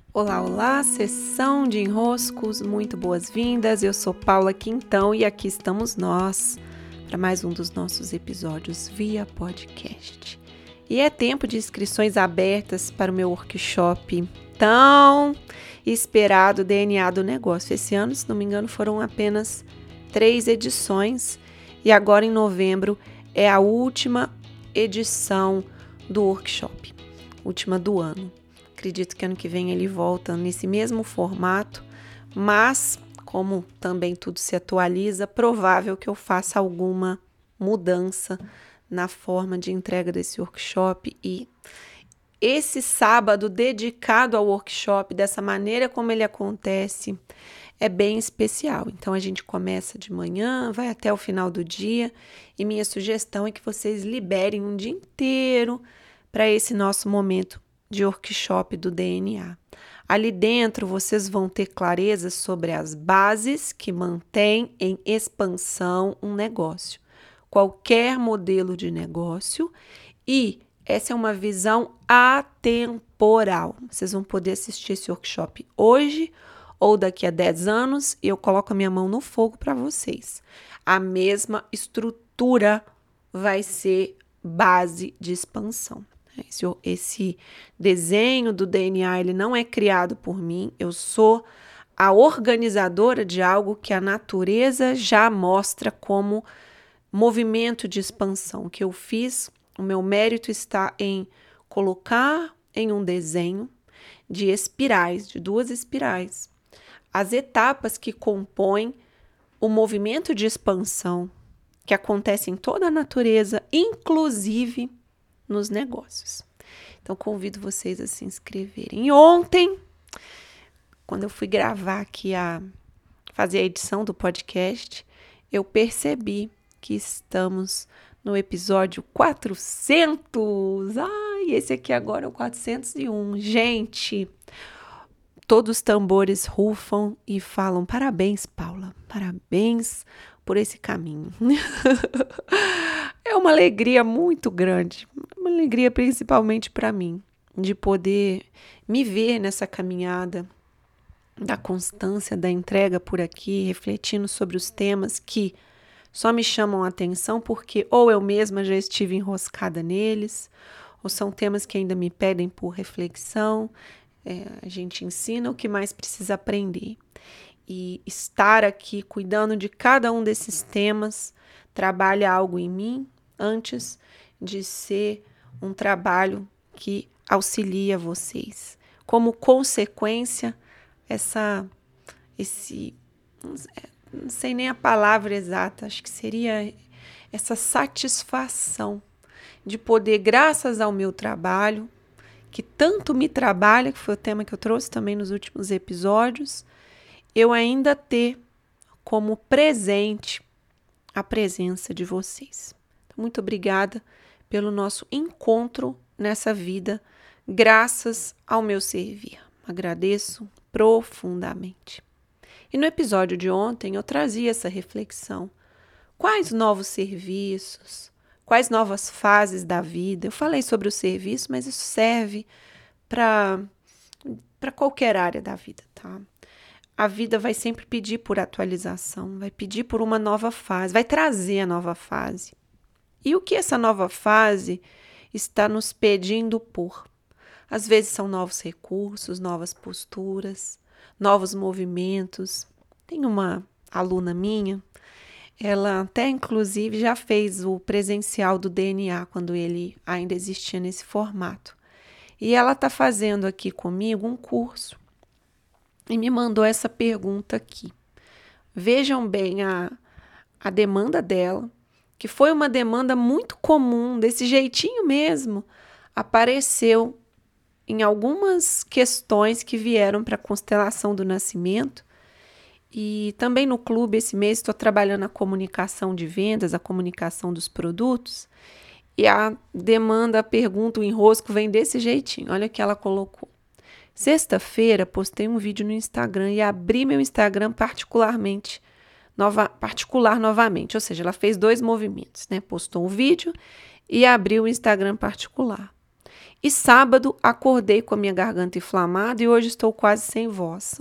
Olá, olá, sessão de enroscos, muito boas-vindas. Eu sou Paula Quintão e aqui estamos nós para mais um dos nossos episódios via podcast. E é tempo de inscrições abertas para o meu workshop tão esperado DNA do negócio. Esse ano, se não me engano, foram apenas 3 edições e agora em novembro é a última edição do workshop, última do ano. Acredito que ano que vem ele volta nesse mesmo formato, mas como também tudo se atualiza, provável que eu faça alguma mudança na forma de entrega desse workshop. E esse sábado dedicado ao workshop, dessa maneira como ele acontece, é bem especial. Então a gente começa de manhã, vai até o final do dia e minha sugestão é que vocês liberem um dia inteiro para esse nosso momento de workshop do DNA. Ali dentro vocês vão ter clareza sobre as bases que mantêm em expansão um negócio, qualquer modelo de negócio, e essa é uma visão atemporal. Vocês vão poder assistir esse workshop hoje ou daqui a 10 anos e eu coloco a minha mão no fogo para vocês. A mesma estrutura vai ser base de expansão. Esse desenho do DNA, ele não é criado por mim, eu sou a organizadora de algo que a natureza já mostra como movimento de expansão. O que eu fiz, o meu mérito está em colocar em um desenho de espirais, de 2 espirais, as etapas que compõem o movimento de expansão que acontece em toda a natureza, inclusive nos negócios. Então, convido vocês a se inscreverem. E ontem, quando eu fui gravar aqui fazer a edição do podcast, eu percebi que estamos no episódio 400. Ai, esse aqui agora é o 401. Gente, todos os tambores rufam e falam: parabéns, Paula, parabéns por esse caminho. É uma alegria muito grande, uma alegria principalmente para mim, de poder me ver nessa caminhada da constância, da entrega por aqui, refletindo sobre os temas que só me chamam a atenção porque ou eu mesma já estive enroscada neles, ou são temas que ainda me pedem por reflexão. A gente ensina o que mais precisa aprender. E estar aqui cuidando de cada um desses temas trabalha algo em mim antes de ser um trabalho que auxilia vocês. Como consequência, não sei nem a palavra exata, acho que seria essa satisfação de poder, graças ao meu trabalho, que tanto me trabalha, que foi o tema que eu trouxe também nos últimos episódios, eu ainda ter como presente a presença de vocês. Muito obrigada pelo nosso encontro nessa vida, graças ao meu servir. Agradeço profundamente. E no episódio de ontem eu trazia essa reflexão. Quais novos serviços, quais novas fases da vida? Eu falei sobre o serviço, mas isso serve para qualquer área da vida, tá? A vida vai sempre pedir por atualização, vai pedir por uma nova fase, vai trazer a nova fase. E o que essa nova fase está nos pedindo por? Às vezes são novos recursos, novas posturas, novos movimentos. Tem uma aluna minha, ela até inclusive já fez o presencial do DNA quando ele ainda existia nesse formato. E ela está fazendo aqui comigo um curso. E me mandou essa pergunta aqui. Vejam bem a demanda dela, que foi uma demanda muito comum, desse jeitinho mesmo, apareceu em algumas questões que vieram para a constelação do nascimento. E também no clube esse mês estou trabalhando a comunicação de vendas, a comunicação dos produtos. E a demanda, a pergunta, o enrosco vem desse jeitinho. Olha o que ela colocou. Sexta-feira, postei um vídeo no Instagram e abri meu Instagram particular novamente. Ou seja, ela fez 2 movimentos, né? Postou um vídeo e abriu o Instagram particular. E sábado acordei com a minha garganta inflamada e hoje estou quase sem voz.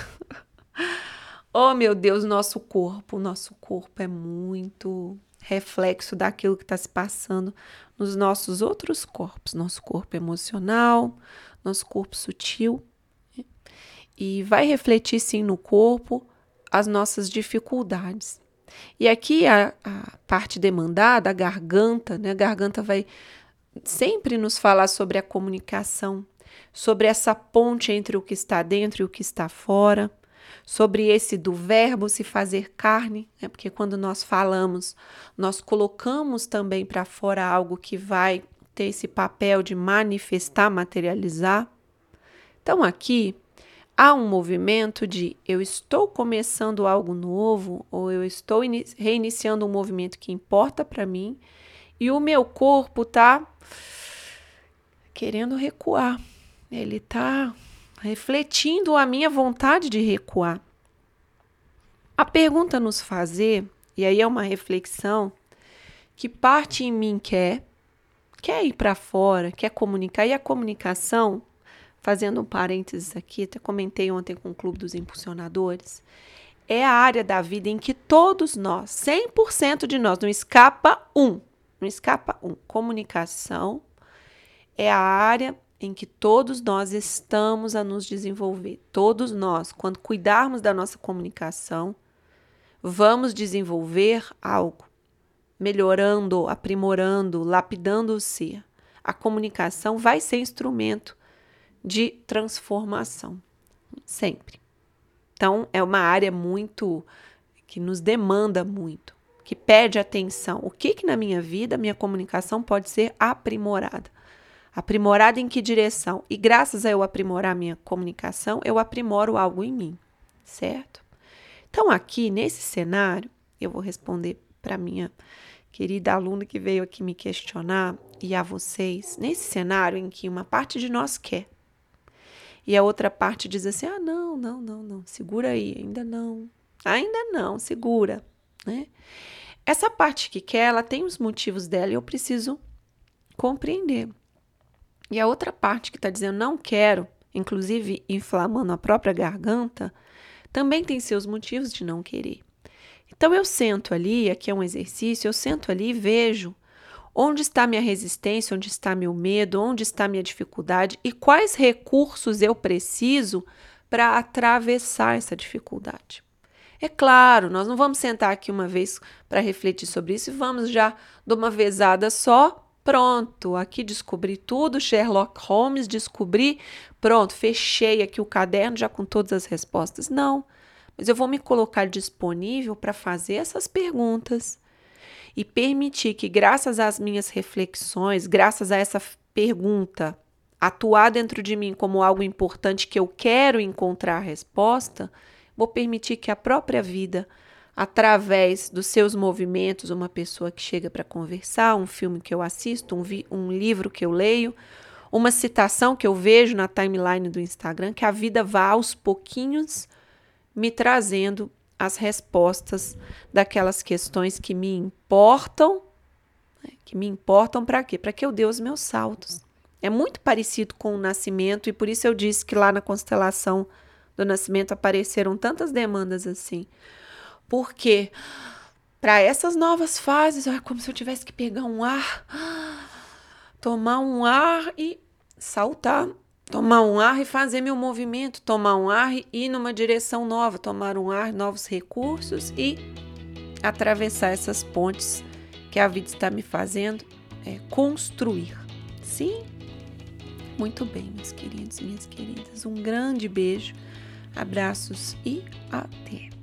Oh, meu Deus, nosso corpo é muito reflexo daquilo que está se passando nos nossos outros corpos, nosso corpo emocional, nosso corpo sutil, né? E vai refletir sim no corpo as nossas dificuldades. E aqui a parte demandada, a garganta, né? A garganta vai sempre nos falar sobre a comunicação, sobre essa ponte entre o que está dentro e o que está fora, sobre esse do verbo se fazer carne, né? Porque quando nós falamos, nós colocamos também para fora algo que vai ter esse papel de manifestar, materializar. Então aqui há um movimento de eu estou começando algo novo ou eu estou reiniciando um movimento que importa para mim e o meu corpo está querendo recuar. Ele está refletindo a minha vontade de recuar. A pergunta a nos fazer, e aí é uma reflexão, que parte em mim quer ir para fora, quer comunicar, e a comunicação, fazendo um parênteses aqui, até comentei ontem com o Clube dos Impulsionadores, é a área da vida em que todos nós, 100% de nós, não escapa um. Comunicação é a área em que todos nós estamos a nos desenvolver. Todos nós, quando cuidarmos da nossa comunicação, vamos desenvolver algo, melhorando, aprimorando, lapidando o ser. A comunicação vai ser instrumento de transformação, sempre. Então, é uma área muito que nos demanda muito, que pede atenção. O que na minha vida, minha comunicação pode ser aprimorada? Aprimorada em que direção? E graças a eu aprimorar minha comunicação, eu aprimoro algo em mim, certo? Então, aqui, nesse cenário, eu vou responder para minha querida aluna que veio aqui me questionar e a vocês, nesse cenário em que uma parte de nós quer e a outra parte diz assim, não, segura aí, ainda não, segura, né? Essa parte que quer, ela tem os motivos dela e eu preciso compreender. E a outra parte que está dizendo não quero, inclusive inflamando a própria garganta, também tem seus motivos de não querer. Então eu sento ali, aqui é um exercício, eu sento ali e vejo onde está minha resistência, onde está meu medo, onde está minha dificuldade e quais recursos eu preciso para atravessar essa dificuldade. É claro, nós não vamos sentar aqui uma vez para refletir sobre isso e vamos já de uma vezada só, pronto, aqui descobri tudo, Sherlock Holmes, descobri, pronto, fechei aqui o caderno já com todas as respostas. Não, mas eu vou me colocar disponível para fazer essas perguntas e permitir que, graças às minhas reflexões, graças a essa pergunta, atuar dentro de mim como algo importante que eu quero encontrar a resposta, vou permitir que a própria vida, através dos seus movimentos, uma pessoa que chega para conversar, um filme que eu assisto, um livro que eu leio, uma citação que eu vejo na timeline do Instagram, que a vida vá aos pouquinhos me trazendo as respostas daquelas questões que me importam. Que me importam para quê? Para que eu dê os meus saltos. É muito parecido com o nascimento e por isso eu disse que lá na constelação do nascimento apareceram tantas demandas assim. Porque para essas novas fases, é como se eu tivesse que pegar um ar, tomar um ar e saltar. Tomar um ar e fazer meu movimento, tomar um ar e ir numa direção nova, tomar um ar, novos recursos e atravessar essas pontes que a vida está me fazendo construir. Sim? Muito bem, meus queridos e minhas queridas. Um grande beijo, abraços e até!